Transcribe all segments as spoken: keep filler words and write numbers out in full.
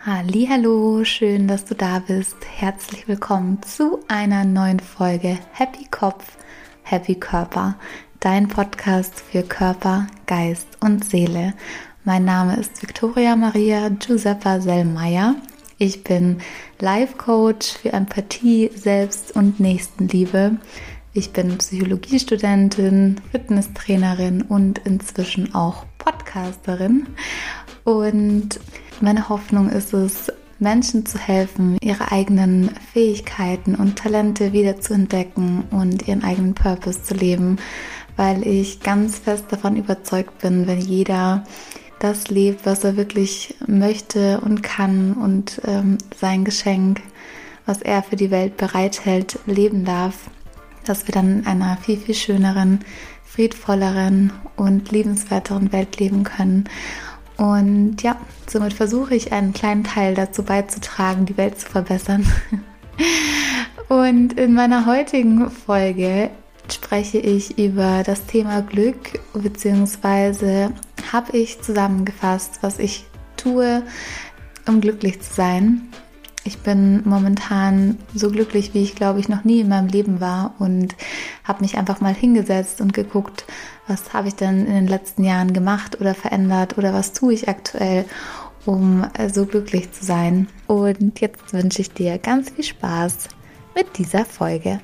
Hallihallo, schön, dass du da bist. Herzlich willkommen zu einer neuen Folge Happy Kopf, Happy Körper, dein Podcast für Körper, Geist und Seele. Mein Name ist Victoria Maria Giuseppa Sellmeier. Ich bin Life Coach für Empathie, Selbst- und Nächstenliebe. Ich bin Psychologiestudentin, Fitnesstrainerin und inzwischen auch Podcasterin. Und meine Hoffnung ist es, Menschen zu helfen, ihre eigenen Fähigkeiten und Talente wieder zu entdecken und ihren eigenen Purpose zu leben, weil ich ganz fest davon überzeugt bin, wenn jeder das lebt, was er wirklich möchte und kann und ähm, sein Geschenk, was er für die Welt bereithält, leben darf, dass wir dann in einer viel, viel schöneren, friedvolleren und liebenswerteren Welt leben können. Und ja, somit versuche ich einen kleinen Teil dazu beizutragen, die Welt zu verbessern. Und in meiner heutigen Folge spreche ich über das Thema Glück, beziehungsweise habe ich zusammengefasst, was ich tue, um glücklich zu sein. Ich bin momentan so glücklich, wie ich glaube ich noch nie in meinem Leben war und habe mich einfach mal hingesetzt und geguckt, was habe ich denn in den letzten Jahren gemacht oder verändert oder was tue ich aktuell, um so glücklich zu sein. Und jetzt wünsche ich dir ganz viel Spaß mit dieser Folge.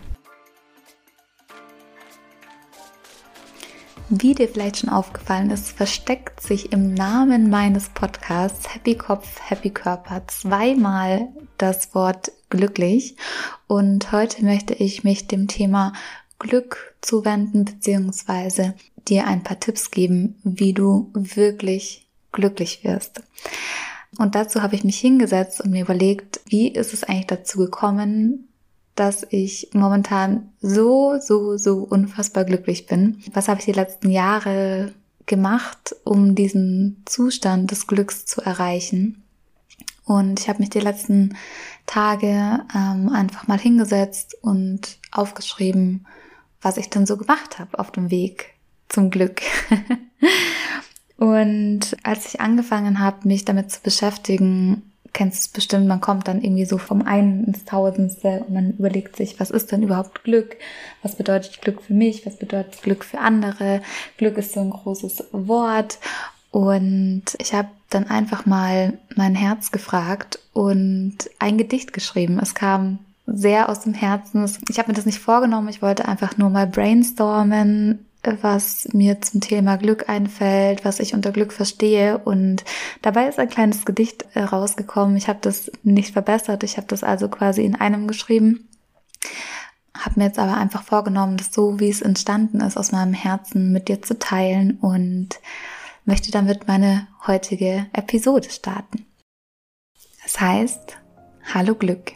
Wie dir vielleicht schon aufgefallen ist, versteckt sich im Namen meines Podcasts Happy Kopf, Happy Körper zweimal das Wort glücklich. Und heute möchte ich mich dem Thema Glück zuwenden bzw. dir ein paar Tipps geben, wie du wirklich glücklich wirst. Und dazu habe ich mich hingesetzt und mir überlegt, wie ist es eigentlich dazu gekommen, dass ich momentan so, so, so unfassbar glücklich bin. Was habe ich die letzten Jahre gemacht, um diesen Zustand des Glücks zu erreichen? Und ich habe mich die letzten Tage ähm, einfach mal hingesetzt und aufgeschrieben, was ich dann so gemacht habe auf dem Weg zum Glück. Und als ich angefangen habe, mich damit zu beschäftigen, kennst du es bestimmt, man kommt dann irgendwie so vom einen ins Tausendste und man überlegt sich, was ist denn überhaupt Glück? Was bedeutet Glück für mich? Was bedeutet Glück für andere? Glück ist so ein großes Wort. Und ich habe dann einfach mal mein Herz gefragt und ein Gedicht geschrieben. Es kam sehr aus dem Herzen. Ich habe mir das nicht vorgenommen, ich wollte einfach nur mal brainstormen, was mir zum Thema Glück einfällt, was ich unter Glück verstehe, und dabei ist ein kleines Gedicht rausgekommen. Ich habe das nicht verbessert, ich habe das also quasi in einem geschrieben, habe mir jetzt aber einfach vorgenommen, das so, wie es entstanden ist, aus meinem Herzen mit dir zu teilen und möchte damit meine heutige Episode starten. Es heißt: Hallo Glück.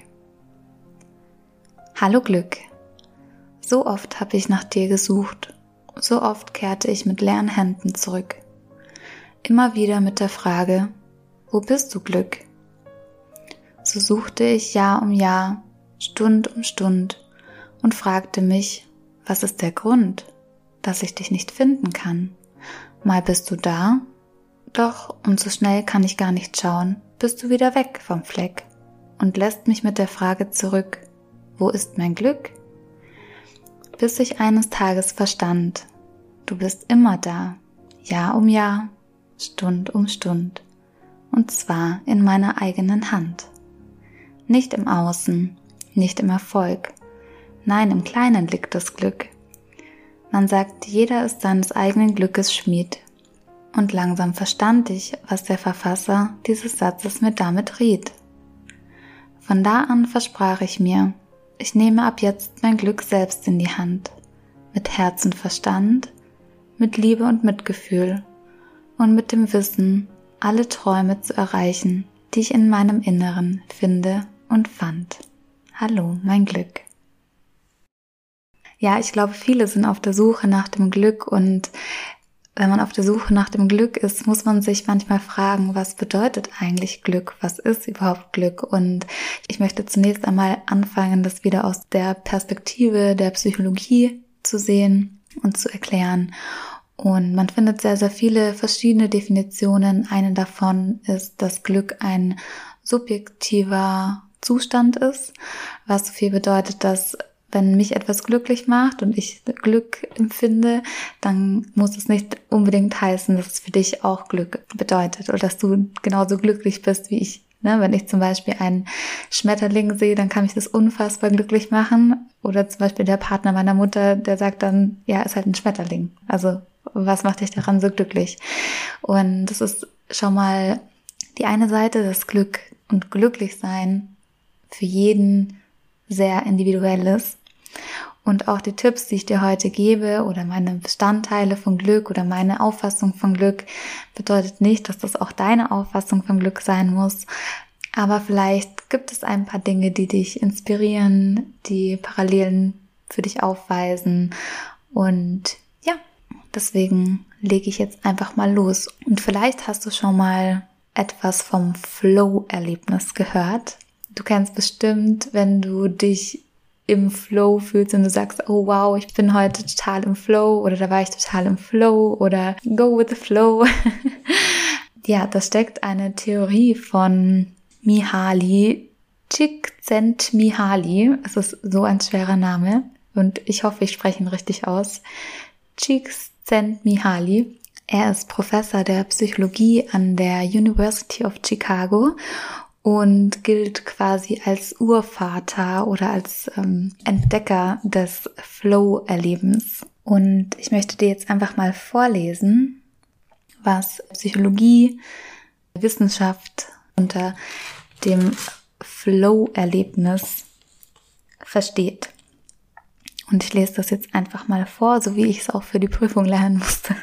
Hallo Glück. So oft habe ich nach dir gesucht. So oft kehrte ich mit leeren Händen zurück. Immer wieder mit der Frage: Wo bist du, Glück? So suchte ich Jahr um Jahr, Stund um Stund und fragte mich: Was ist der Grund, dass ich dich nicht finden kann? Mal bist du da, doch und so schnell kann ich gar nicht schauen, bist du wieder weg vom Fleck und lässt mich mit der Frage zurück: Wo ist mein Glück? Bis ich eines Tages verstand, du bist immer da, Jahr um Jahr, Stund um Stund, und zwar in meiner eigenen Hand. Nicht im Außen, nicht im Erfolg, nein, im Kleinen liegt das Glück. Man sagt, jeder ist seines eigenen Glückes Schmied, und langsam verstand ich, was der Verfasser dieses Satzes mir damit riet. Von da an versprach ich mir, ich nehme ab jetzt mein Glück selbst in die Hand, mit Herz und Verstand, mit Liebe und Mitgefühl und mit dem Wissen, alle Träume zu erreichen, die ich in meinem Inneren finde und fand. Hallo, mein Glück. Ja, ich glaube, viele sind auf der Suche nach dem Glück, und wenn man auf der Suche nach dem Glück ist, muss man sich manchmal fragen, was bedeutet eigentlich Glück? Was ist überhaupt Glück? Und ich möchte zunächst einmal anfangen, das wieder aus der Perspektive der Psychologie zu sehen und zu erklären. Und man findet sehr, sehr viele verschiedene Definitionen. Eine davon ist, dass Glück ein subjektiver Zustand ist, was so viel bedeutet, dass wenn mich etwas glücklich macht und ich Glück empfinde, dann muss es nicht unbedingt heißen, dass es für dich auch Glück bedeutet oder dass du genauso glücklich bist wie ich. Ne? Wenn ich zum Beispiel einen Schmetterling sehe, dann kann mich das unfassbar glücklich machen. Oder zum Beispiel der Partner meiner Mutter, der sagt dann, ja, ist halt ein Schmetterling. Also was macht dich daran so glücklich? Und das ist schon mal die eine Seite, das Glück und Glücklichsein für jeden sehr individuell ist. Und auch die Tipps, die ich dir heute gebe oder meine Bestandteile von Glück oder meine Auffassung von Glück, bedeutet nicht, dass das auch deine Auffassung von Glück sein muss. Aber vielleicht gibt es ein paar Dinge, die dich inspirieren, die Parallelen für dich aufweisen. Und ja, deswegen lege ich jetzt einfach mal los. Und vielleicht hast du schon mal etwas vom Flow-Erlebnis gehört. Du kennst bestimmt, wenn du dich im Flow fühlst und du sagst, oh wow, ich bin heute total im Flow oder da war ich total im Flow oder go with the flow. Ja, da steckt eine Theorie von Mihaly, Csikszentmihalyi. Es ist so ein schwerer Name und ich hoffe, ich spreche ihn richtig aus. Csikszentmihalyi. Er ist Professor der Psychologie an der University of Chicago und gilt quasi als Urvater oder als ähm, Entdecker des Flow-Erlebens. Und ich möchte dir jetzt einfach mal vorlesen, was Psychologie, Wissenschaft unter dem Flow-Erlebnis versteht. Und ich lese das jetzt einfach mal vor, so wie ich es auch für die Prüfung lernen musste.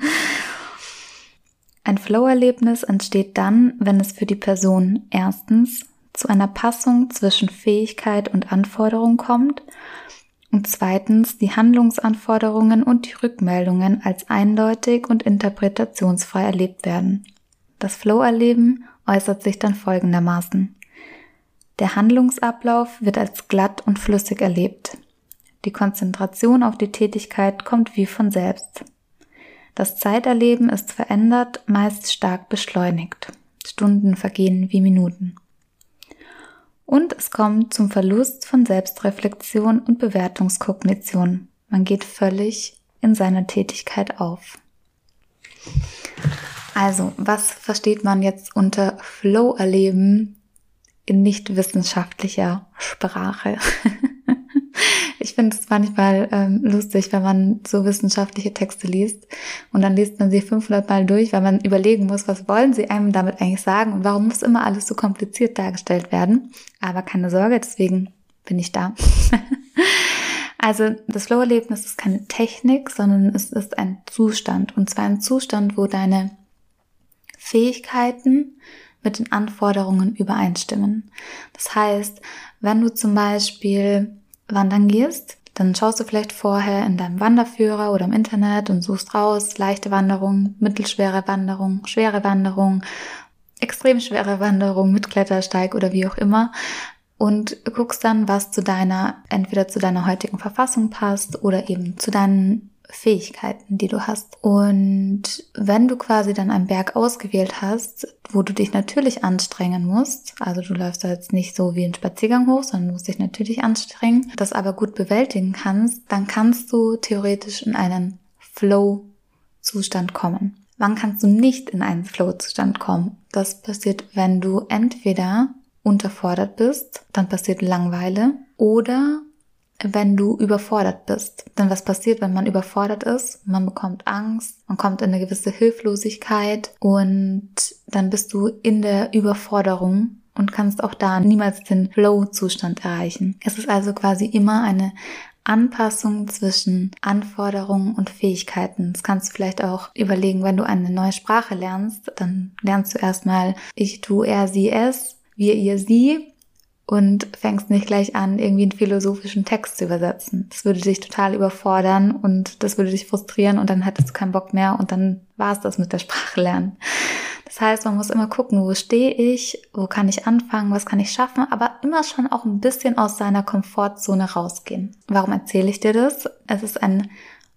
Ein Flow-Erlebnis entsteht dann, wenn es für die Person erstens zu einer Passung zwischen Fähigkeit und Anforderung kommt und zweitens die Handlungsanforderungen und die Rückmeldungen als eindeutig und interpretationsfrei erlebt werden. Das Flow-Erleben äußert sich dann folgendermaßen. Der Handlungsablauf wird als glatt und flüssig erlebt. Die Konzentration auf die Tätigkeit kommt wie von selbst. Das Zeiterleben ist verändert, meist stark beschleunigt. Stunden vergehen wie Minuten. Und es kommt zum Verlust von Selbstreflexion und Bewertungskognition. Man geht völlig in seiner Tätigkeit auf. Also, was versteht man jetzt unter Flow-Erleben in nicht wissenschaftlicher Sprache? Ich finde es manchmal ähm, lustig, wenn man so wissenschaftliche Texte liest und dann liest man sie fünfhundert Mal durch, weil man überlegen muss, was wollen sie einem damit eigentlich sagen und warum muss immer alles so kompliziert dargestellt werden. Aber keine Sorge, deswegen bin ich da. Also das Flow-Erlebnis ist keine Technik, sondern es ist ein Zustand. Und zwar ein Zustand, wo deine Fähigkeiten mit den Anforderungen übereinstimmen. Das heißt, wenn du zum Beispiel wandern gehst, dann schaust du vielleicht vorher in deinem Wanderführer oder im Internet und suchst raus, leichte Wanderung, mittelschwere Wanderung, schwere Wanderung, extrem schwere Wanderung mit Klettersteig oder wie auch immer und guckst dann, was zu deiner, entweder zu deiner heutigen Verfassung passt oder eben zu deinen Fähigkeiten, die du hast. Und wenn du quasi dann einen Berg ausgewählt hast, wo du dich natürlich anstrengen musst, also du läufst da jetzt nicht so wie einen Spaziergang hoch, sondern du musst dich natürlich anstrengen, das aber gut bewältigen kannst, dann kannst du theoretisch in einen Flow-Zustand kommen. Wann kannst du nicht in einen Flow-Zustand kommen? Das passiert, wenn du entweder unterfordert bist, dann passiert Langeweile, oder wenn du überfordert bist. Denn was passiert, wenn man überfordert ist? Man bekommt Angst, man kommt in eine gewisse Hilflosigkeit und dann bist du in der Überforderung und kannst auch da niemals den Flow-Zustand erreichen. Es ist also quasi immer eine Anpassung zwischen Anforderungen und Fähigkeiten. Das kannst du vielleicht auch überlegen, wenn du eine neue Sprache lernst, dann lernst du erstmal ich, du, er, sie, es, wir, ihr, sie und fängst nicht gleich an, irgendwie einen philosophischen Text zu übersetzen. Das würde dich total überfordern und das würde dich frustrieren und dann hättest du keinen Bock mehr und dann war es das mit der Sprache lernen. Das heißt, man muss immer gucken, wo stehe ich, wo kann ich anfangen, was kann ich schaffen, aber immer schon auch ein bisschen aus seiner Komfortzone rausgehen. Warum erzähle ich dir das? Es ist ein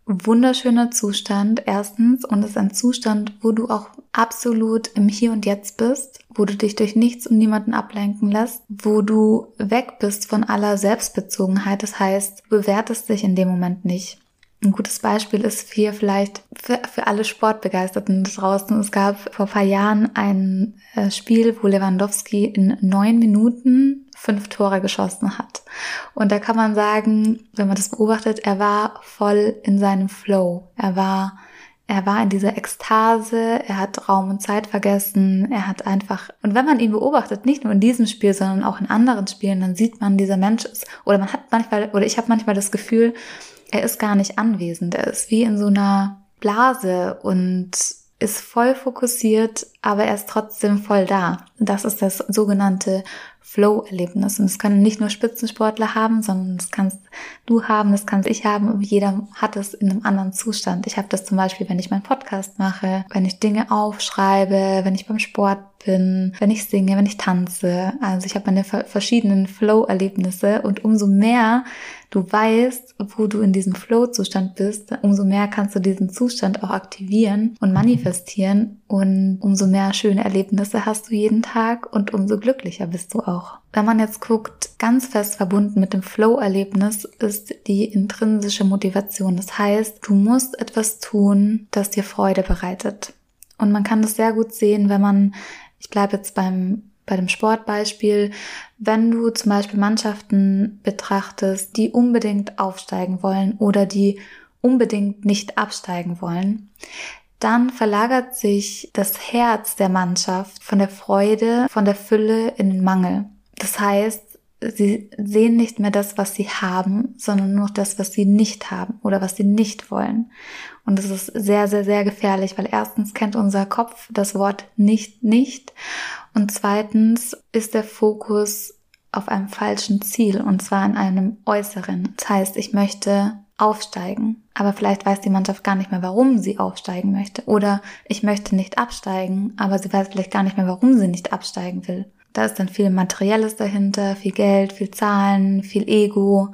wunderschöner Zustand, erstens, und es ist ein Zustand, wo du auch absolut im Hier und Jetzt bist, wo du dich durch nichts und niemanden ablenken lässt, wo du weg bist von aller Selbstbezogenheit, das heißt, du bewertest dich in dem Moment nicht. Ein gutes Beispiel ist hier vielleicht für, für alle Sportbegeisterten draußen. Es gab vor ein paar Jahren ein äh, Spiel, wo Lewandowski in neun Minuten fünf Tore geschossen hat. Und da kann man sagen, wenn man das beobachtet, er war voll in seinem Flow. Er war, er war in dieser Ekstase, er hat Raum und Zeit vergessen, er hat einfach, und wenn man ihn beobachtet, nicht nur in diesem Spiel, sondern auch in anderen Spielen, dann sieht man, dieser Mensch ist, oder man hat manchmal, oder ich habe manchmal das Gefühl, er ist gar nicht anwesend. Er ist wie in so einer Blase und ist voll fokussiert, aber er ist trotzdem voll da. Das ist das sogenannte Flow-Erlebnis. Und das können nicht nur Spitzensportler haben, sondern das kannst du haben, das kann ich haben. Und jeder hat es in einem anderen Zustand. Ich habe das zum Beispiel, wenn ich meinen Podcast mache, wenn ich Dinge aufschreibe, wenn ich beim Sport bin, wenn ich singe, wenn ich tanze. Also ich habe meine verschiedenen Flow-Erlebnisse und umso mehr du weißt, wo du in diesem Flow-Zustand bist, umso mehr kannst du diesen Zustand auch aktivieren und manifestieren und umso mehr schöne Erlebnisse hast du jeden Tag und umso glücklicher bist du auch. Wenn man jetzt guckt, ganz fest verbunden mit dem Flow-Erlebnis ist die intrinsische Motivation. Das heißt, du musst etwas tun, das dir Freude bereitet. Und man kann das sehr gut sehen, wenn man, ich bleibe jetzt beim bei dem Sportbeispiel, wenn du zum Beispiel Mannschaften betrachtest, die unbedingt aufsteigen wollen oder die unbedingt nicht absteigen wollen, dann verlagert sich das Herz der Mannschaft von der Freude, von der Fülle in den Mangel. Das heißt, sie sehen nicht mehr das, was sie haben, sondern nur das, was sie nicht haben oder was sie nicht wollen. Und das ist sehr, sehr, sehr gefährlich, weil erstens kennt unser Kopf das Wort nicht, nicht. Und zweitens ist der Fokus auf einem falschen Ziel, und zwar in einem äußeren. Das heißt, ich möchte aufsteigen, aber vielleicht weiß die Mannschaft gar nicht mehr, warum sie aufsteigen möchte. Oder ich möchte nicht absteigen, aber sie weiß vielleicht gar nicht mehr, warum sie nicht absteigen will. Da ist dann viel Materielles dahinter, viel Geld, viel Zahlen, viel Ego.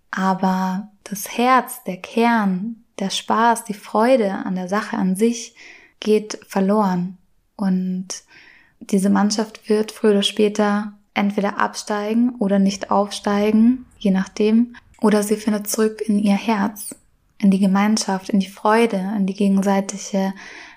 Aber das Herz, der Kern, der Spaß, die Freude an der Sache an sich geht verloren. Und diese Mannschaft wird früher oder später entweder absteigen oder nicht aufsteigen, je nachdem. Oder sie findet zurück in ihr Herz, in die Gemeinschaft, in die Freude, in die gegenseitige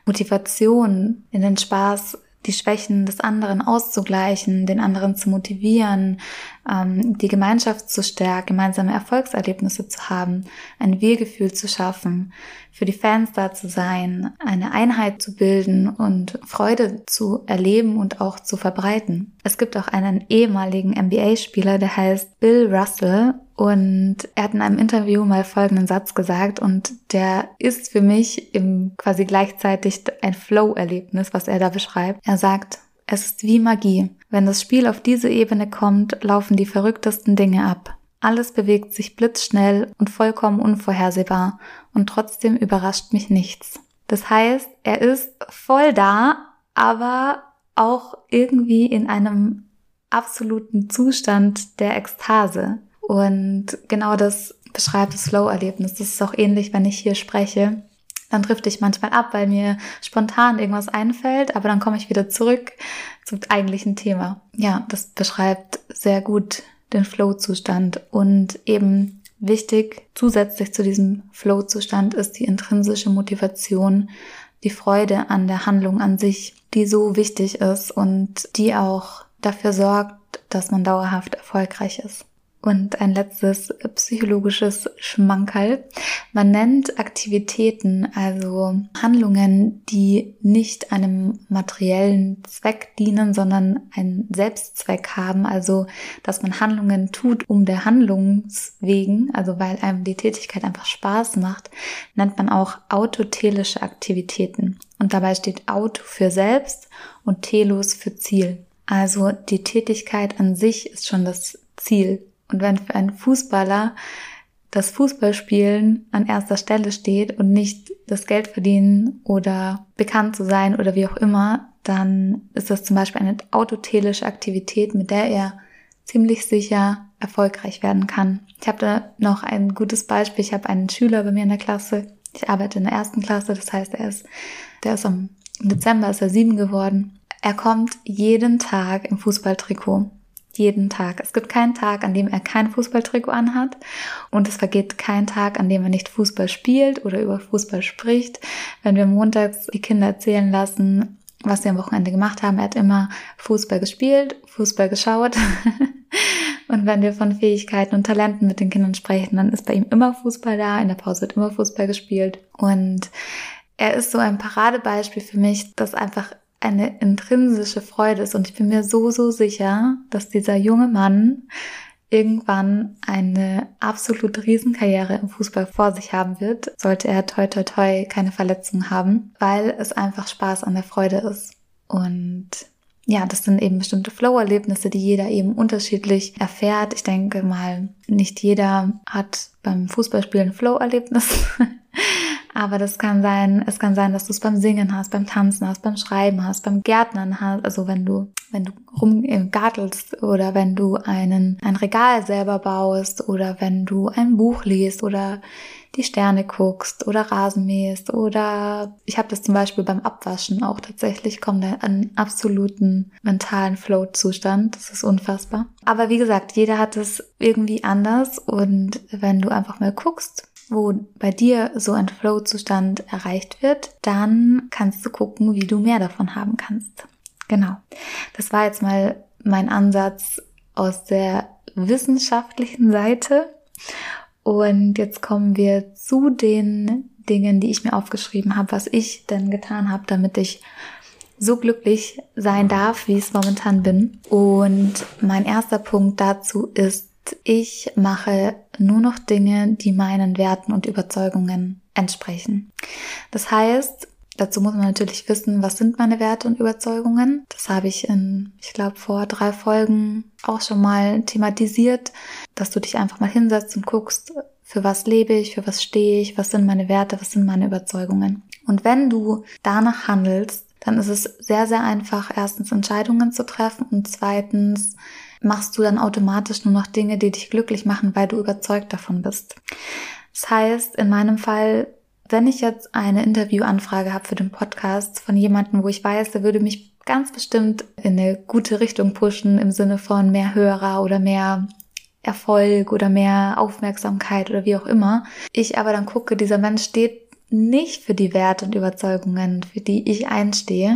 Motivation, in den Spaß, die Schwächen des anderen auszugleichen, den anderen zu motivieren, ähm, die Gemeinschaft zu stärken, gemeinsame Erfolgserlebnisse zu haben, ein Wir-Gefühl zu schaffen, für die Fans da zu sein, eine Einheit zu bilden und Freude zu erleben und auch zu verbreiten. Es gibt auch einen ehemaligen N B A-Spieler, der heißt Bill Russell, und er hat in einem Interview mal folgenden Satz gesagt, und der ist für mich im quasi gleichzeitig ein Flow-Erlebnis, was er da beschreibt. Er sagt: Es ist wie Magie. Wenn das Spiel auf diese Ebene kommt, laufen die verrücktesten Dinge ab. Alles bewegt sich blitzschnell und vollkommen unvorhersehbar, und trotzdem überrascht mich nichts. Das heißt, er ist voll da, aber auch irgendwie in einem absoluten Zustand der Ekstase. Und genau das beschreibt das Flow-Erlebnis. Das ist auch ähnlich, wenn ich hier spreche. Dann drifte ich manchmal ab, weil mir spontan irgendwas einfällt, aber dann komme ich wieder zurück zum eigentlichen Thema. Ja, das beschreibt sehr gut den Flow-Zustand. Und eben wichtig, zusätzlich zu diesem Flow-Zustand ist die intrinsische Motivation, die Freude an der Handlung an sich, die so wichtig ist und die auch dafür sorgt, dass man dauerhaft erfolgreich ist. Und ein letztes psychologisches Schmankerl. Man nennt Aktivitäten, also Handlungen, die nicht einem materiellen Zweck dienen, sondern einen Selbstzweck haben. Also, dass man Handlungen tut um der Handlungswegen, also weil einem die Tätigkeit einfach Spaß macht, nennt man auch autotelische Aktivitäten. Und dabei steht Auto für Selbst und Telos für Ziel. Also die Tätigkeit an sich ist schon das Ziel. Und wenn für einen Fußballer das Fußballspielen an erster Stelle steht und nicht das Geld verdienen oder bekannt zu sein oder wie auch immer, dann ist das zum Beispiel eine autotelische Aktivität, mit der er ziemlich sicher erfolgreich werden kann. Ich habe da noch ein gutes Beispiel. Ich habe einen Schüler bei mir in der Klasse. Ich arbeite in der ersten Klasse, das heißt, er ist, der ist am, im Dezember ist er sieben geworden. Er kommt jeden Tag im Fußballtrikot. Jeden Tag. Es gibt keinen Tag, an dem er kein Fußballtrikot anhat. Und es vergeht kein Tag, an dem er nicht Fußball spielt oder über Fußball spricht. Wenn wir montags die Kinder erzählen lassen, was sie am Wochenende gemacht haben, er hat immer Fußball gespielt, Fußball geschaut. Und wenn wir von Fähigkeiten und Talenten mit den Kindern sprechen, dann ist bei ihm immer Fußball da, in der Pause wird immer Fußball gespielt. Und er ist so ein Paradebeispiel für mich, dass einfach eine intrinsische Freude ist. Und ich bin mir so, so sicher, dass dieser junge Mann irgendwann eine absolut Riesenkarriere im Fußball vor sich haben wird, sollte er toi toi toi keine Verletzungen haben, weil es einfach Spaß an der Freude ist. Und ja, das sind eben bestimmte Flow-Erlebnisse, die jeder eben unterschiedlich erfährt. Ich denke mal, nicht jeder hat beim Fußballspielen ein Flow-Erlebnis. Aber das kann sein, es kann sein, dass du es beim Singen hast, beim Tanzen hast, beim Schreiben hast, beim Gärtnern hast, also wenn du, wenn du rumgartelst oder wenn du einen, ein Regal selber baust oder wenn du ein Buch liest oder die Sterne guckst oder Rasen mähst oder ich habe das zum Beispiel beim Abwaschen auch tatsächlich, kommt da einen absoluten mentalen Flow-Zustand, das ist unfassbar. Aber wie gesagt, jeder hat es irgendwie anders und wenn du einfach mal guckst, wo bei dir so ein Flow-Zustand erreicht wird, dann kannst du gucken, wie du mehr davon haben kannst. Genau. Das war jetzt mal mein Ansatz aus der wissenschaftlichen Seite. Und jetzt kommen wir zu den Dingen, die ich mir aufgeschrieben habe, was ich denn getan habe, damit ich so glücklich sein darf, wie ich es momentan bin. Und mein erster Punkt dazu ist, ich mache nur noch Dinge, die meinen Werten und Überzeugungen entsprechen. Das heißt, dazu muss man natürlich wissen, was sind meine Werte und Überzeugungen. Das habe ich in, ich glaube, vor drei Folgen auch schon mal thematisiert, dass du dich einfach mal hinsetzt und guckst, für was lebe ich, für was stehe ich, was sind meine Werte, was sind meine Überzeugungen. Und wenn du danach handelst, dann ist es sehr, sehr einfach, erstens Entscheidungen zu treffen und zweitens machst du dann automatisch nur noch Dinge, die dich glücklich machen, weil du überzeugt davon bist. Das heißt, in meinem Fall, wenn ich jetzt eine Interviewanfrage habe für den Podcast von jemandem, wo ich weiß, der würde mich ganz bestimmt in eine gute Richtung pushen, im Sinne von mehr Hörer oder mehr Erfolg oder mehr Aufmerksamkeit oder wie auch immer, ich aber dann gucke, dieser Mensch steht nicht für die Werte und Überzeugungen, für die ich einstehe,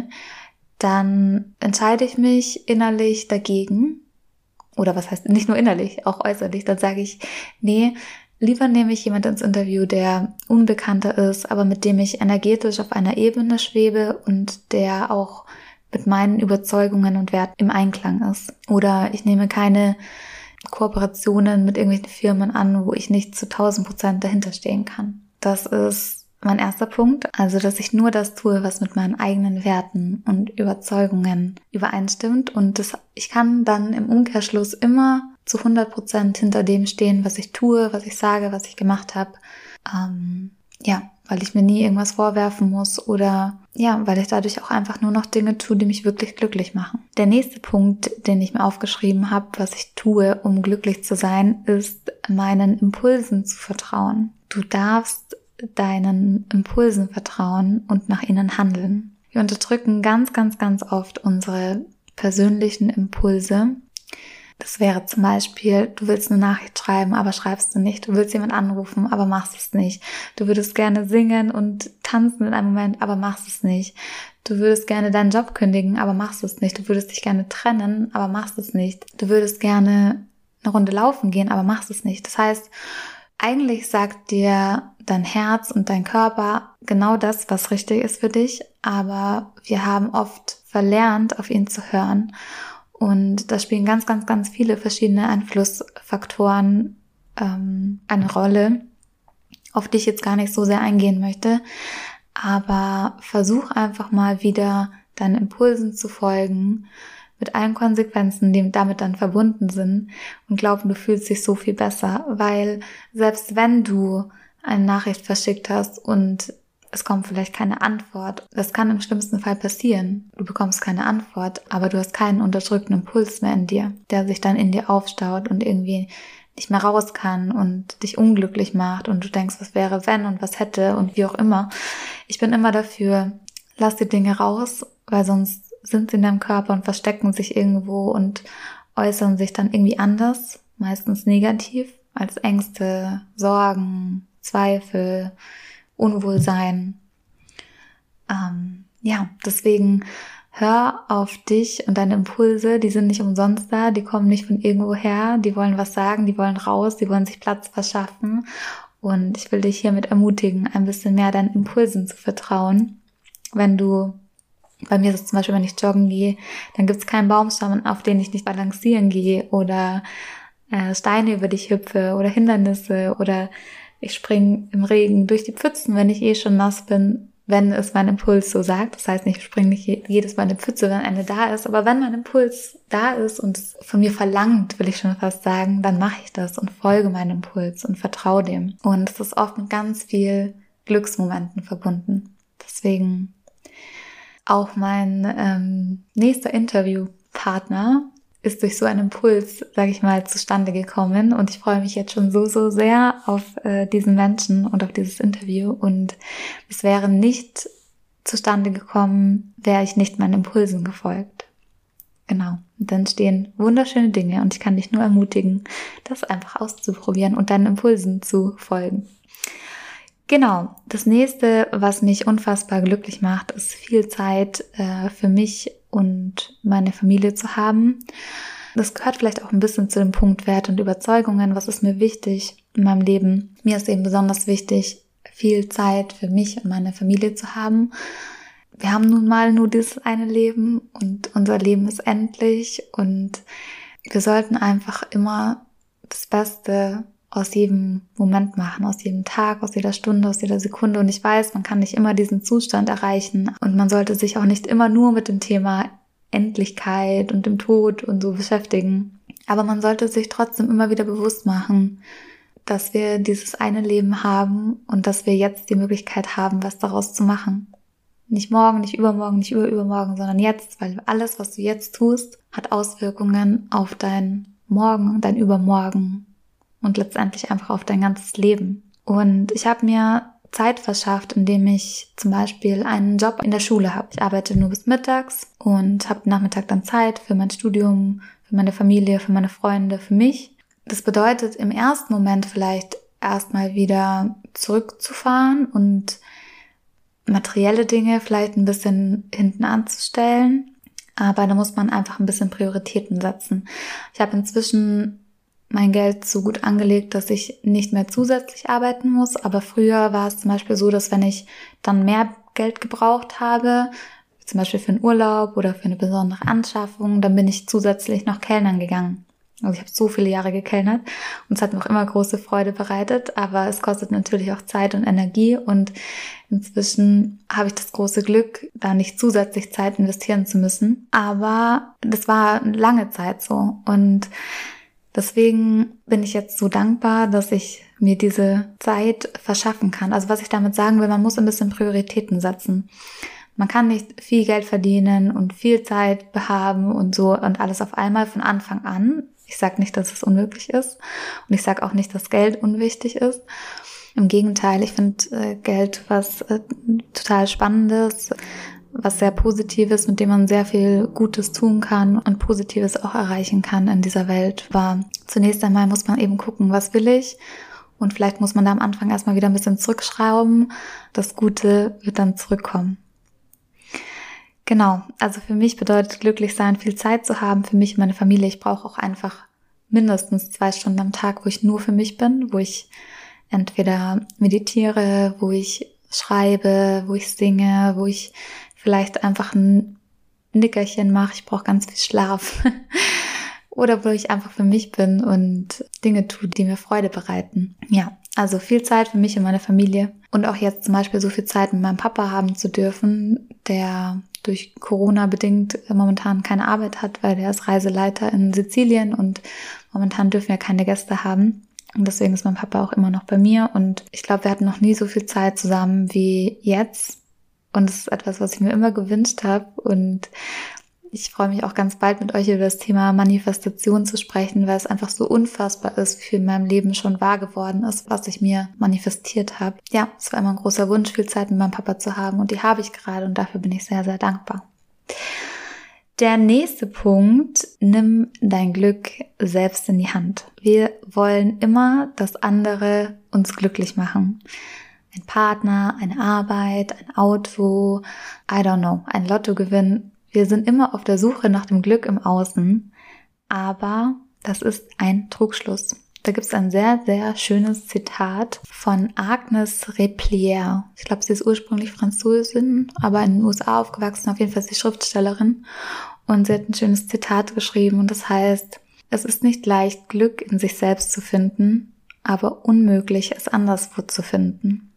dann entscheide ich mich innerlich dagegen. Oder was heißt, nicht nur innerlich, auch äußerlich, dann sage ich, nee, lieber nehme ich jemanden ins Interview, der unbekannter ist, aber mit dem ich energetisch auf einer Ebene schwebe und der auch mit meinen Überzeugungen und Werten im Einklang ist. Oder ich nehme keine Kooperationen mit irgendwelchen Firmen an, wo ich nicht zu tausend Prozent dahinter stehen kann. Das ist mein erster Punkt, also dass ich nur das tue, was mit meinen eigenen Werten und Überzeugungen übereinstimmt und das, ich kann dann im Umkehrschluss immer zu hundert Prozent hinter dem stehen, was ich tue, was ich sage, was ich gemacht habe. Ähm, ja, weil ich mir nie irgendwas vorwerfen muss oder ja, weil ich dadurch auch einfach nur noch Dinge tue, die mich wirklich glücklich machen. Der nächste Punkt, den ich mir aufgeschrieben habe, was ich tue, um glücklich zu sein, ist meinen Impulsen zu vertrauen. Du darfst deinen Impulsen vertrauen und nach ihnen handeln. Wir unterdrücken ganz, ganz, ganz oft unsere persönlichen Impulse. Das wäre zum Beispiel, du willst eine Nachricht schreiben, aber schreibst du nicht. Du willst jemand anrufen, aber machst es nicht. Du würdest gerne singen und tanzen in einem Moment, aber machst es nicht. Du würdest gerne deinen Job kündigen, aber machst es nicht. Du würdest dich gerne trennen, aber machst es nicht. Du würdest gerne eine Runde laufen gehen, aber machst es nicht. Das heißt, eigentlich sagt dir dein Herz und dein Körper genau das, was richtig ist für dich, aber wir haben oft verlernt, auf ihn zu hören. Und da spielen ganz, ganz, ganz viele verschiedene Einflussfaktoren ähm, eine Rolle, auf die ich jetzt gar nicht so sehr eingehen möchte. Aber versuch einfach mal wieder deinen Impulsen zu folgen, mit allen Konsequenzen, die damit dann verbunden sind und glauben, du fühlst dich so viel besser, weil selbst wenn du eine Nachricht verschickt hast und es kommt vielleicht keine Antwort. Das kann im schlimmsten Fall passieren. Du bekommst keine Antwort, aber du hast keinen unterdrückten Impuls mehr in dir, der sich dann in dir aufstaut und irgendwie nicht mehr raus kann und dich unglücklich macht und du denkst, was wäre, wenn und was hätte und wie auch immer. Ich bin immer dafür, lass die Dinge raus, weil sonst sind sie in deinem Körper und verstecken sich irgendwo und äußern sich dann irgendwie anders, meistens negativ, als Ängste, Sorgen, Zweifel, Unwohlsein. Ähm, ja, deswegen hör auf dich und deine Impulse, die sind nicht umsonst da, die kommen nicht von irgendwoher, die wollen was sagen, die wollen raus, die wollen sich Platz verschaffen und ich will dich hiermit ermutigen, ein bisschen mehr deinen Impulsen zu vertrauen. Wenn du, bei mir ist es zum Beispiel, wenn ich joggen gehe, dann gibt es keinen Baumstamm, auf den ich nicht balancieren gehe oder äh, Steine über dich hüpfe oder Hindernisse oder ich springe im Regen durch die Pfützen, wenn ich eh schon nass bin, wenn es mein Impuls so sagt. Das heißt nicht, ich springe nicht jedes Mal in eine Pfütze, wenn eine da ist, aber wenn mein Impuls da ist und es von mir verlangt, will ich schon fast sagen, dann mache ich das und folge meinem Impuls und vertraue dem. Und es ist oft mit ganz viel Glücksmomenten verbunden. Deswegen auch mein ähm, nächster Interviewpartner ist durch so einen Impuls, sage ich mal, zustande gekommen und ich freue mich jetzt schon so, so sehr auf äh, diesen Menschen und auf dieses Interview und es wäre nicht zustande gekommen, wäre ich nicht meinen Impulsen gefolgt. Genau, und dann stehen wunderschöne Dinge und ich kann dich nur ermutigen, das einfach auszuprobieren und deinen Impulsen zu folgen. Genau, das nächste, was mich unfassbar glücklich macht, ist viel Zeit äh, für mich und meine Familie zu haben. Das gehört vielleicht auch ein bisschen zu dem Punkt Wert und Überzeugungen. Was ist mir wichtig in meinem Leben? Mir ist eben besonders wichtig, viel Zeit für mich und meine Familie zu haben. Wir haben nun mal nur dieses eine Leben und unser Leben ist endlich und wir sollten einfach immer das Beste aus jedem Moment machen, aus jedem Tag, aus jeder Stunde, aus jeder Sekunde. Und ich weiß, man kann nicht immer diesen Zustand erreichen und man sollte sich auch nicht immer nur mit dem Thema Endlichkeit und dem Tod und so beschäftigen. Aber man sollte sich trotzdem immer wieder bewusst machen, dass wir dieses eine Leben haben und dass wir jetzt die Möglichkeit haben, was daraus zu machen. Nicht morgen, nicht übermorgen, nicht überübermorgen, sondern jetzt, weil alles, was du jetzt tust, hat Auswirkungen auf dein Morgen, dein Übermorgen und letztendlich einfach auf dein ganzes Leben. Und ich habe mir Zeit verschafft, indem ich zum Beispiel einen Job in der Schule habe. Ich arbeite nur bis mittags und habe Nachmittag dann Zeit für mein Studium, für meine Familie, für meine Freunde, für mich. Das bedeutet im ersten Moment vielleicht erstmal wieder zurückzufahren und materielle Dinge vielleicht ein bisschen hinten anzustellen. Aber da muss man einfach ein bisschen Prioritäten setzen. Ich habe inzwischen mein Geld so gut angelegt, dass ich nicht mehr zusätzlich arbeiten muss. Aber früher war es zum Beispiel so, dass wenn ich dann mehr Geld gebraucht habe, zum Beispiel für einen Urlaub oder für eine besondere Anschaffung, dann bin ich zusätzlich noch kellnern gegangen. Also ich habe so viele Jahre gekellnert und es hat mir auch immer große Freude bereitet, aber es kostet natürlich auch Zeit und Energie und inzwischen habe ich das große Glück, da nicht zusätzlich Zeit investieren zu müssen. Aber das war eine lange Zeit so und deswegen bin ich jetzt so dankbar, dass ich mir diese Zeit verschaffen kann. Also was ich damit sagen will, man muss ein bisschen Prioritäten setzen. Man kann nicht viel Geld verdienen und viel Zeit haben und so und alles auf einmal von Anfang an. Ich sage nicht, dass es unmöglich ist und ich sage auch nicht, dass Geld unwichtig ist. Im Gegenteil, ich finde äh, Geld was äh, total Spannendes, was sehr Positives, mit dem man sehr viel Gutes tun kann und Positives auch erreichen kann in dieser Welt. Aber zunächst einmal muss man eben gucken, was will ich? Und vielleicht muss man da am Anfang erstmal wieder ein bisschen zurückschrauben. Das Gute wird dann zurückkommen. Genau, also für mich bedeutet glücklich sein, viel Zeit zu haben, für mich und meine Familie. Ich brauche auch einfach mindestens zwei Stunden am Tag, wo ich nur für mich bin, wo ich entweder meditiere, wo ich schreibe, wo ich singe, wo ich vielleicht einfach ein Nickerchen mache. Ich brauche ganz viel Schlaf. Oder wo ich einfach für mich bin und Dinge tue, die mir Freude bereiten. Ja, also viel Zeit für mich und meine Familie. Und auch jetzt zum Beispiel so viel Zeit mit meinem Papa haben zu dürfen, der durch Corona bedingt momentan keine Arbeit hat, weil der ist Reiseleiter in Sizilien und momentan dürfen wir keine Gäste haben. Und deswegen ist mein Papa auch immer noch bei mir. Und ich glaube, wir hatten noch nie so viel Zeit zusammen wie jetzt. Und es ist etwas, was ich mir immer gewünscht habe. Und ich freue mich auch ganz bald mit euch über das Thema Manifestation zu sprechen, weil es einfach so unfassbar ist, wie viel in meinem Leben schon wahr geworden ist, was ich mir manifestiert habe. Ja, es war immer ein großer Wunsch, viel Zeit mit meinem Papa zu haben. Und die habe ich gerade. Und dafür bin ich sehr, sehr dankbar. Der nächste Punkt: Nimm dein Glück selbst in die Hand. Wir wollen immer, dass andere uns glücklich machen. Ein Partner, eine Arbeit, ein Auto, I don't know, ein Lottogewinn. Wir sind immer auf der Suche nach dem Glück im Außen, aber das ist ein Trugschluss. Da gibt es ein sehr, sehr schönes Zitat von Agnes Repplier. Ich glaube, sie ist ursprünglich Französin, aber in den U S A aufgewachsen. Auf jeden Fall ist sie Schriftstellerin. Und sie hat ein schönes Zitat geschrieben und das heißt: Es ist nicht leicht, Glück in sich selbst zu finden, aber unmöglich, es anderswo zu finden.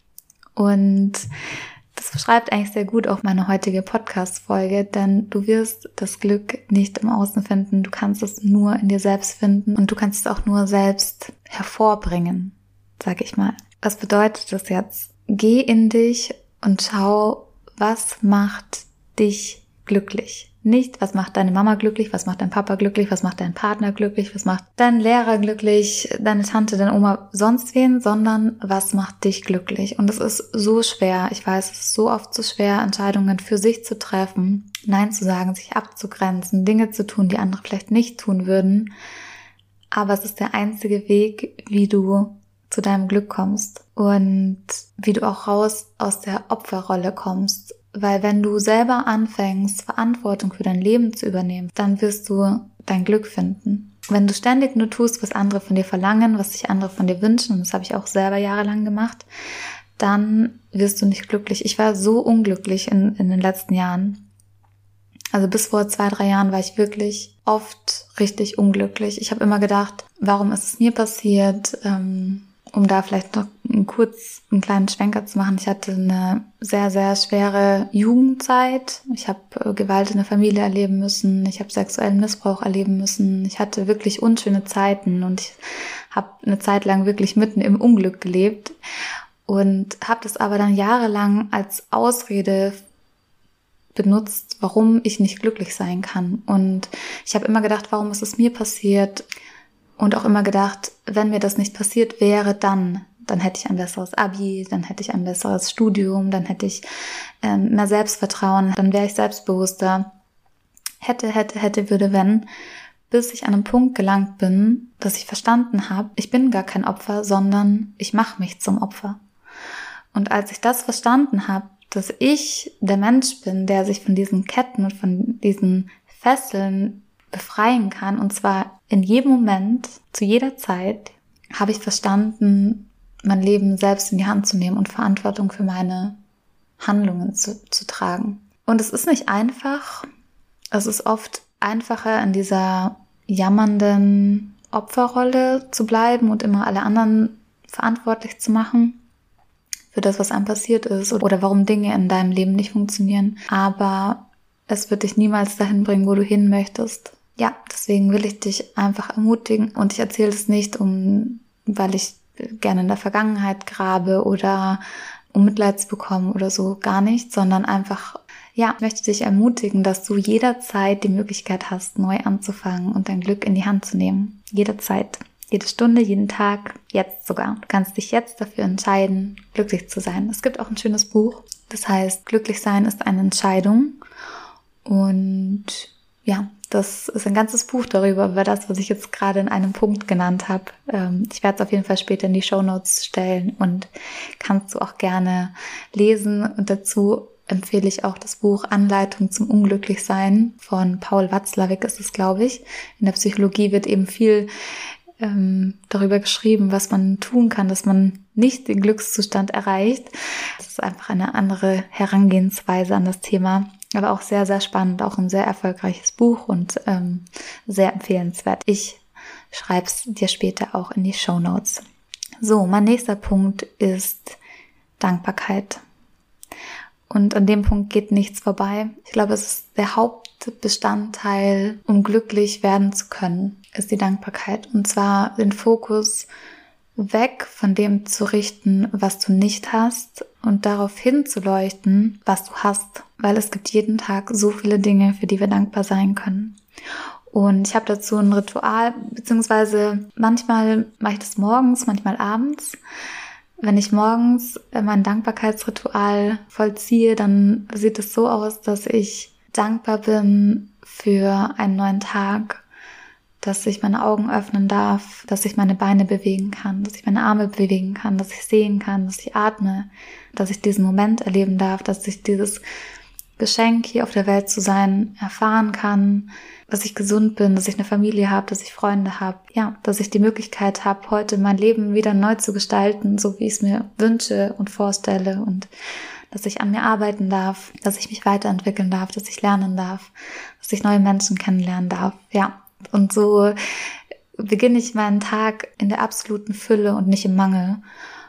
Und das beschreibt eigentlich sehr gut auch meine heutige Podcast-Folge, denn du wirst das Glück nicht im Außen finden, du kannst es nur in dir selbst finden und du kannst es auch nur selbst hervorbringen, sag ich mal. Was bedeutet das jetzt? Geh in dich und schau, was macht dich glücklich. Nicht, was macht deine Mama glücklich, was macht dein Papa glücklich, was macht dein Partner glücklich, was macht dein Lehrer glücklich, deine Tante, deine Oma, sonst wen, sondern was macht dich glücklich. Und es ist so schwer, ich weiß, es ist so oft so schwer, Entscheidungen für sich zu treffen, Nein zu sagen, sich abzugrenzen, Dinge zu tun, die andere vielleicht nicht tun würden. Aber es ist der einzige Weg, wie du zu deinem Glück kommst und wie du auch raus aus der Opferrolle kommst. Weil wenn du selber anfängst, Verantwortung für dein Leben zu übernehmen, dann wirst du dein Glück finden. Wenn du ständig nur tust, was andere von dir verlangen, was sich andere von dir wünschen, und das habe ich auch selber jahrelang gemacht, dann wirst du nicht glücklich. Ich war so unglücklich in, in den letzten Jahren. Also bis vor zwei, drei Jahren war ich wirklich oft richtig unglücklich. Ich habe immer gedacht, warum ist es mir passiert? Ähm, um da vielleicht noch kurz einen kleinen Schwenker zu machen. Ich hatte eine sehr, sehr schwere Jugendzeit. Ich habe Gewalt in der Familie erleben müssen. Ich habe sexuellen Missbrauch erleben müssen. Ich hatte wirklich unschöne Zeiten und ich habe eine Zeit lang wirklich mitten im Unglück gelebt und habe das aber dann jahrelang als Ausrede benutzt, warum ich nicht glücklich sein kann. Und ich habe immer gedacht, warum ist es mir passiert? Und auch immer gedacht, wenn mir das nicht passiert wäre, dann, dann hätte ich ein besseres Abi, dann hätte ich ein besseres Studium, dann hätte ich ähm, mehr Selbstvertrauen, dann wäre ich selbstbewusster. Hätte, hätte, hätte, würde, wenn, bis ich an einen Punkt gelangt bin, dass ich verstanden habe, ich bin gar kein Opfer, sondern ich mache mich zum Opfer. Und als ich das verstanden habe, dass ich der Mensch bin, der sich von diesen Ketten und von diesen Fesseln befreien kann, und zwar in jedem Moment, zu jeder Zeit, habe ich verstanden, mein Leben selbst in die Hand zu nehmen und Verantwortung für meine Handlungen zu, zu tragen. Und es ist nicht einfach. Es ist oft einfacher, in dieser jammernden Opferrolle zu bleiben und immer alle anderen verantwortlich zu machen für das, was einem passiert ist oder warum Dinge in deinem Leben nicht funktionieren. Aber es wird dich niemals dahin bringen, wo du hin möchtest. Ja, deswegen will ich dich einfach ermutigen und ich erzähle das nicht, um, weil ich gerne in der Vergangenheit grabe oder um Mitleid zu bekommen oder so, gar nicht, sondern einfach, ja, ich möchte dich ermutigen, dass du jederzeit die Möglichkeit hast, neu anzufangen und dein Glück in die Hand zu nehmen. Jederzeit, jede Stunde, jeden Tag, jetzt sogar. Du kannst dich jetzt dafür entscheiden, glücklich zu sein. Es gibt auch ein schönes Buch, das heißt, glücklich sein ist eine Entscheidung und ja, das ist ein ganzes Buch darüber, über das, was ich jetzt gerade in einem Punkt genannt habe. Ich werde es auf jeden Fall später in die Shownotes stellen und kannst du auch gerne lesen. Und dazu empfehle ich auch das Buch Anleitung zum Unglücklichsein von Paul Watzlawick ist es, glaube ich. In der Psychologie wird eben viel ähm, darüber geschrieben, was man tun kann, dass man nicht den Glückszustand erreicht. Das ist einfach eine andere Herangehensweise an das Thema. Aber auch sehr, sehr spannend, auch ein sehr erfolgreiches Buch und ähm, sehr empfehlenswert. Ich schreibe es dir später auch in die Shownotes. So, mein nächster Punkt ist Dankbarkeit. Und an dem Punkt geht nichts vorbei. Ich glaube, es ist der Hauptbestandteil, um glücklich werden zu können, ist die Dankbarkeit. Und zwar den Fokus weg von dem zu richten, was du nicht hast und darauf hinzuleuchten, was du hast. Weil es gibt jeden Tag so viele Dinge, für die wir dankbar sein können. Und ich habe dazu ein Ritual, beziehungsweise manchmal mache ich das morgens, manchmal abends. Wenn ich morgens mein Dankbarkeitsritual vollziehe, dann sieht es so aus, dass ich dankbar bin für einen neuen Tag, dass ich meine Augen öffnen darf, dass ich meine Beine bewegen kann, dass ich meine Arme bewegen kann, dass ich sehen kann, dass ich atme, dass ich diesen Moment erleben darf, dass ich dieses Geschenk, hier auf der Welt zu sein, erfahren kann, dass ich gesund bin, dass ich eine Familie habe, dass ich Freunde habe, ja, dass ich die Möglichkeit habe, heute mein Leben wieder neu zu gestalten, so wie ich es mir wünsche und vorstelle, und dass ich an mir arbeiten darf, dass ich mich weiterentwickeln darf, dass ich lernen darf, dass ich neue Menschen kennenlernen darf, ja. Und so beginne ich meinen Tag in der absoluten Fülle und nicht im Mangel.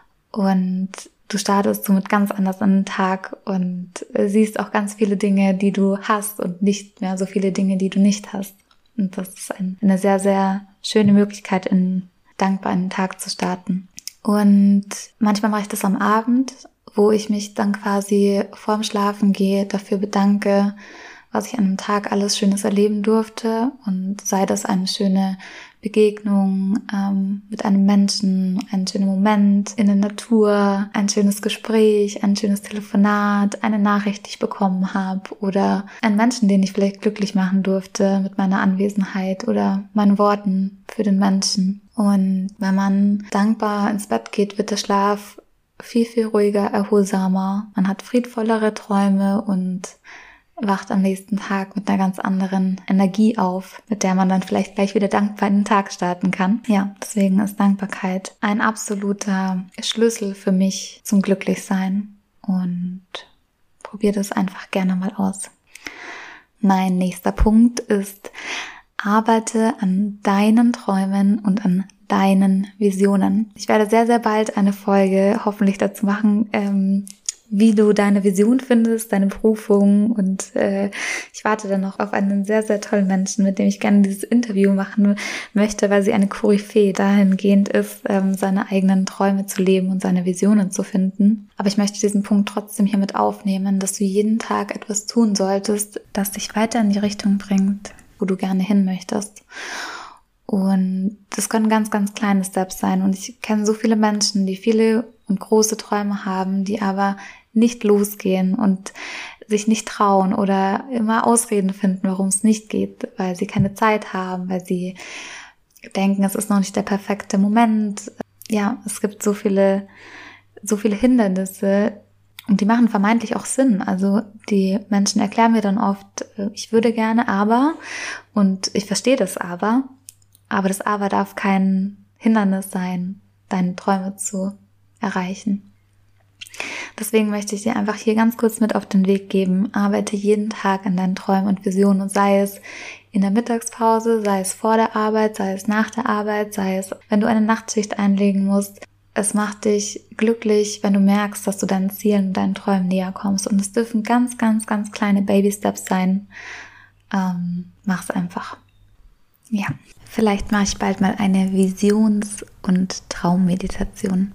Und du startest somit ganz anders an den Tag und siehst auch ganz viele Dinge, die du hast, und nicht mehr so viele Dinge, die du nicht hast. Und das ist ein, eine sehr, sehr schöne Möglichkeit, in dankbar einen Tag zu starten. Und manchmal mache ich das am Abend, wo ich mich dann quasi vorm Schlafen gehe dafür bedanke, was ich an einem Tag alles Schönes erleben durfte, und sei das eine schöne Begegnung ähm, mit einem Menschen, ein schöner Moment in der Natur, ein schönes Gespräch, ein schönes Telefonat, eine Nachricht, die ich bekommen habe, oder einen Menschen, den ich vielleicht glücklich machen durfte mit meiner Anwesenheit oder meinen Worten für den Menschen. Und wenn man dankbar ins Bett geht, wird der Schlaf viel, viel ruhiger, erholsamer. Man hat friedvollere Träume und wacht am nächsten Tag mit einer ganz anderen Energie auf, mit der man dann vielleicht gleich wieder dankbar in den Tag starten kann. Ja, deswegen ist Dankbarkeit ein absoluter Schlüssel für mich zum Glücklichsein, und probier das einfach gerne mal aus. Mein nächster Punkt ist: Arbeite an deinen Träumen und an deinen Visionen. Ich werde sehr, sehr bald eine Folge hoffentlich dazu machen, ähm, wie du deine Vision findest, deine Berufung, und äh, ich warte dann noch auf einen sehr, sehr tollen Menschen, mit dem ich gerne dieses Interview machen möchte, weil sie eine Koryphäe dahingehend ist, ähm, seine eigenen Träume zu leben und seine Visionen zu finden. Aber ich möchte diesen Punkt trotzdem hier mit aufnehmen, dass du jeden Tag etwas tun solltest, das dich weiter in die Richtung bringt, wo du gerne hin möchtest. Und das können ganz, ganz kleine Steps sein. Und ich kenne so viele Menschen, die viele und große Träume haben, die aber nicht losgehen und sich nicht trauen oder immer Ausreden finden, warum es nicht geht, weil sie keine Zeit haben, weil sie denken, es ist noch nicht der perfekte Moment. Ja, es gibt so viele, so viele Hindernisse, und die machen vermeintlich auch Sinn. Also die Menschen erklären mir dann oft, ich würde gerne, aber, und ich verstehe das aber, aber das aber darf kein Hindernis sein, deine Träume zu erreichen. Deswegen möchte ich dir einfach hier ganz kurz mit auf den Weg geben: Arbeite jeden Tag an deinen Träumen und Visionen, und sei es in der Mittagspause, sei es vor der Arbeit, sei es nach der Arbeit, sei es, wenn du eine Nachtschicht einlegen musst. Es macht dich glücklich, wenn du merkst, dass du deinen Zielen und deinen Träumen näher kommst. Und es dürfen ganz, ganz, ganz kleine Baby-Steps sein. Ähm, mach's einfach. Ja, vielleicht mache ich bald mal eine Visions- und Traummeditation.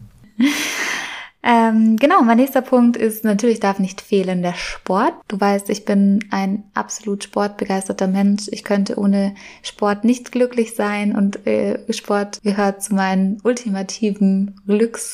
ähm, genau, mein nächster Punkt ist, natürlich darf nicht fehlen der Sport. Du weißt, ich bin ein absolut sportbegeisterter Mensch. Ich könnte ohne Sport nicht glücklich sein, und äh, Sport gehört zu meinen ultimativen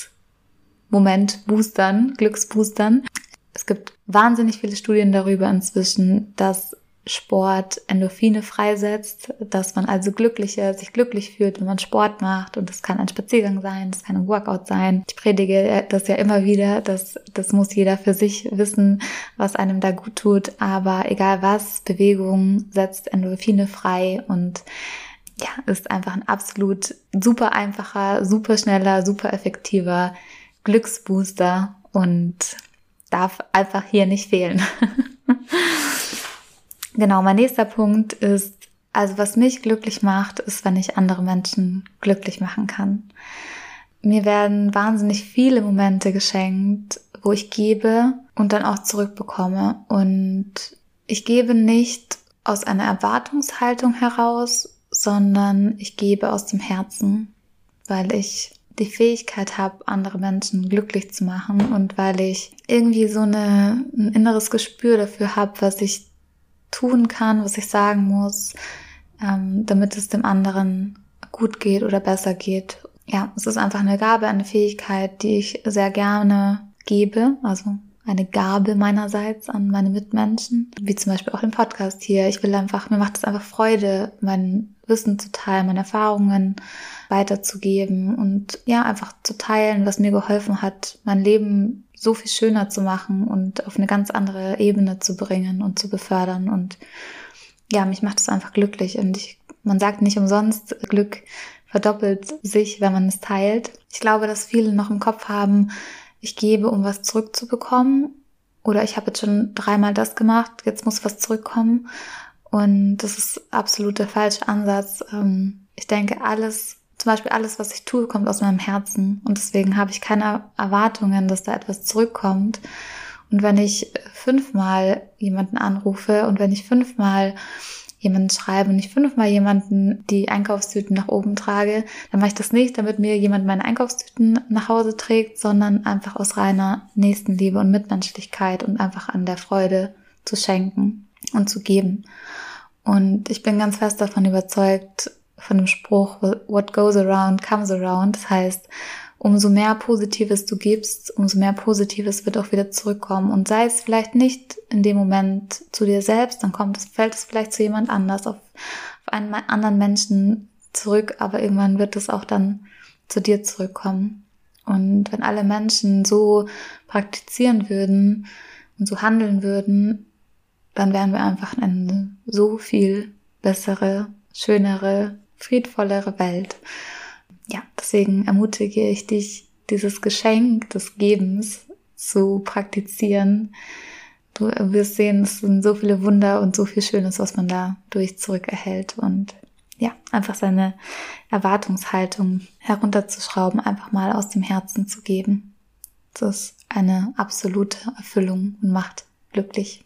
Glücksmoment-Boostern, Glücksboostern. Es gibt wahnsinnig viele Studien darüber inzwischen, dass Sport Endorphine freisetzt, dass man also glücklicher, sich glücklich fühlt, wenn man Sport macht. Und das kann ein Spaziergang sein, das kann ein Workout sein. Ich predige das ja immer wieder, dass das muss jeder für sich wissen, was einem da gut tut. Aber egal was, Bewegung setzt Endorphine frei und ja, ist einfach ein absolut super einfacher, super schneller, super effektiver Glücksbooster und darf einfach hier nicht fehlen. Genau, mein nächster Punkt ist, also was mich glücklich macht, ist, wenn ich andere Menschen glücklich machen kann. Mir werden wahnsinnig viele Momente geschenkt, wo ich gebe und dann auch zurückbekomme. Und ich gebe nicht aus einer Erwartungshaltung heraus, sondern ich gebe aus dem Herzen, weil ich die Fähigkeit habe, andere Menschen glücklich zu machen und weil ich irgendwie so eine, ein inneres Gespür dafür habe, was ich tun kann, was ich sagen muss, ähm, damit es dem anderen gut geht oder besser geht. Ja, es ist einfach eine Gabe, eine Fähigkeit, die ich sehr gerne gebe, also eine Gabe meinerseits an meine Mitmenschen, wie zum Beispiel auch den Podcast hier. Ich will einfach, mir macht es einfach Freude, mein Wissen zu teilen, meine Erfahrungen weiterzugeben und ja, einfach zu teilen, was mir geholfen hat, mein Leben so viel schöner zu machen und auf eine ganz andere Ebene zu bringen und zu befördern. Und ja, mich macht es einfach glücklich. Und ich, man sagt nicht umsonst, Glück verdoppelt sich, wenn man es teilt. Ich glaube, dass viele noch im Kopf haben, ich gebe, um was zurückzubekommen. Oder ich habe jetzt schon dreimal das gemacht, jetzt muss was zurückkommen. Und das ist absolut der falsche Ansatz. Ich denke, alles, zum Beispiel alles, was ich tue, kommt aus meinem Herzen. Und deswegen habe ich keine Erwartungen, dass da etwas zurückkommt. Und wenn ich fünfmal jemanden anrufe und wenn ich fünfmal jemanden schreibe und ich fünfmal jemanden die Einkaufstüten nach oben trage, dann mache ich das nicht, damit mir jemand meine Einkaufstüten nach Hause trägt, sondern einfach aus reiner Nächstenliebe und Mitmenschlichkeit und einfach an der Freude zu schenken und zu geben. Und ich bin ganz fest davon überzeugt, von dem Spruch, what goes around comes around. Das heißt, umso mehr Positives du gibst, umso mehr Positives wird auch wieder zurückkommen. Und sei es vielleicht nicht in dem Moment zu dir selbst, dann kommt es, fällt es vielleicht zu jemand anders, auf, auf einen anderen Menschen zurück, aber irgendwann wird es auch dann zu dir zurückkommen. Und wenn alle Menschen so praktizieren würden und so handeln würden, dann wären wir einfach eine so viel bessere, schönere, friedvollere Welt. Ja, deswegen ermutige ich dich, dieses Geschenk des Gebens zu praktizieren. Du wirst sehen, es sind so viele Wunder und so viel Schönes, was man da durch zurückerhält. Und ja, einfach seine Erwartungshaltung herunterzuschrauben, einfach mal aus dem Herzen zu geben. Das ist eine absolute Erfüllung und macht glücklich.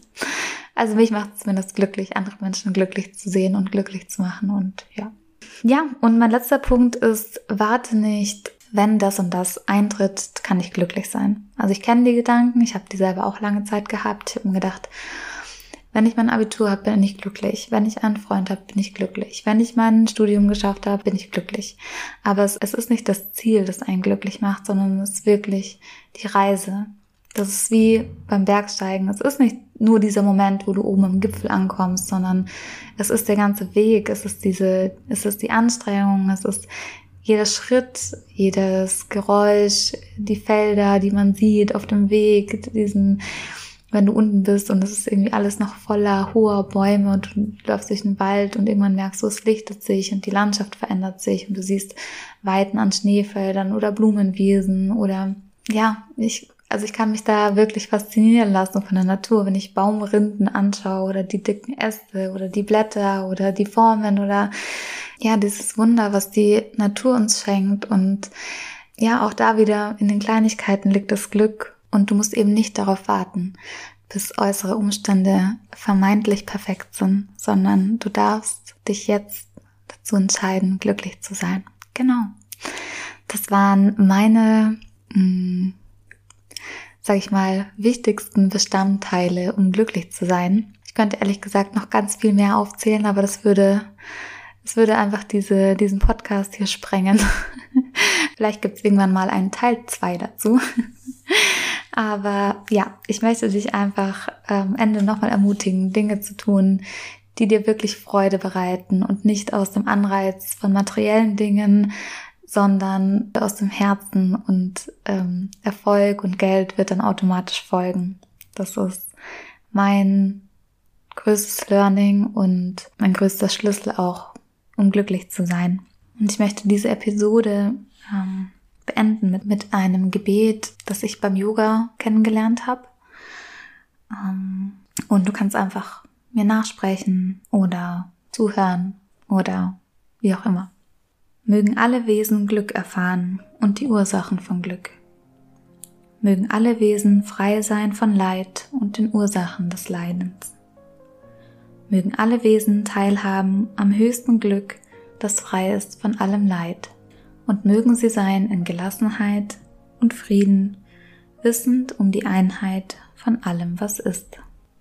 Also mich macht es zumindest glücklich, andere Menschen glücklich zu sehen und glücklich zu machen. Und ja. Ja, und mein letzter Punkt ist, warte nicht, wenn das und das eintritt, kann ich glücklich sein. Also ich kenne die Gedanken, ich habe die selber auch lange Zeit gehabt. Ich habe mir gedacht, wenn ich mein Abitur habe, bin ich glücklich. Wenn ich einen Freund habe, bin ich glücklich. Wenn ich mein Studium geschafft habe, bin ich glücklich. Aber es, es ist nicht das Ziel, das einen glücklich macht, sondern es ist wirklich die Reise. Das ist wie beim Bergsteigen. Es ist nicht nur dieser Moment, wo du oben am Gipfel ankommst, sondern es ist der ganze Weg. Es ist diese, es ist die Anstrengung, es ist jeder Schritt, jedes Geräusch, die Felder, die man sieht auf dem Weg, diesen, wenn du unten bist und es ist irgendwie alles noch voller hoher Bäume und du läufst durch den Wald und irgendwann merkst du, es lichtet sich und die Landschaft verändert sich und du siehst Weiden an Schneefeldern oder Blumenwiesen oder ja, ich Also ich kann mich da wirklich faszinieren lassen von der Natur, wenn ich Baumrinden anschaue oder die dicken Äste oder die Blätter oder die Formen oder ja, dieses Wunder, was die Natur uns schenkt. Und ja, auch da wieder in den Kleinigkeiten liegt das Glück und du musst eben nicht darauf warten, bis äußere Umstände vermeintlich perfekt sind, sondern du darfst dich jetzt dazu entscheiden, glücklich zu sein. Genau. Das waren meine mh, sag ich mal, wichtigsten Bestandteile, um glücklich zu sein. Ich könnte ehrlich gesagt noch ganz viel mehr aufzählen, aber das würde, das würde einfach diese, diesen Podcast hier sprengen. Vielleicht gibt es irgendwann mal einen Teil zwei dazu. Aber ja, ich möchte dich einfach am Ende nochmal ermutigen, Dinge zu tun, die dir wirklich Freude bereiten und nicht aus dem Anreiz von materiellen Dingen, sondern aus dem Herzen und ähm, Erfolg und Geld wird dann automatisch folgen. Das ist mein größtes Learning und mein größter Schlüssel auch, um glücklich zu sein. Und ich möchte diese Episode ähm, beenden mit, mit einem Gebet, das ich beim Yoga kennengelernt habe. Ähm, und du kannst einfach mir nachsprechen oder zuhören oder wie auch immer. Mögen alle Wesen Glück erfahren und die Ursachen von Glück. Mögen alle Wesen frei sein von Leid und den Ursachen des Leidens. Mögen alle Wesen teilhaben am höchsten Glück, das frei ist von allem Leid. und mögen sie sein in Gelassenheit und Frieden, wissend um die Einheit von allem, was ist.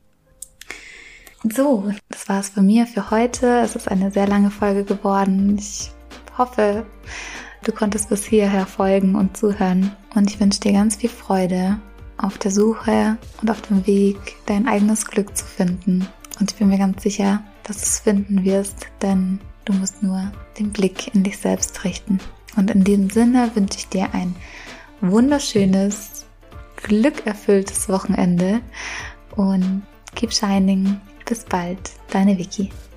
So, das war's von mir für heute. Es ist eine sehr lange Folge geworden. Ich hoffe, du konntest bis hierher folgen und zuhören. Und ich wünsche dir ganz viel Freude auf der Suche und auf dem Weg, dein eigenes Glück zu finden. Und ich bin mir ganz sicher, dass du es finden wirst, denn du musst nur den Blick in dich selbst richten. Und in diesem Sinne wünsche ich dir ein wunderschönes, glückerfülltes Wochenende und keep shining. Bis bald, deine Vicky.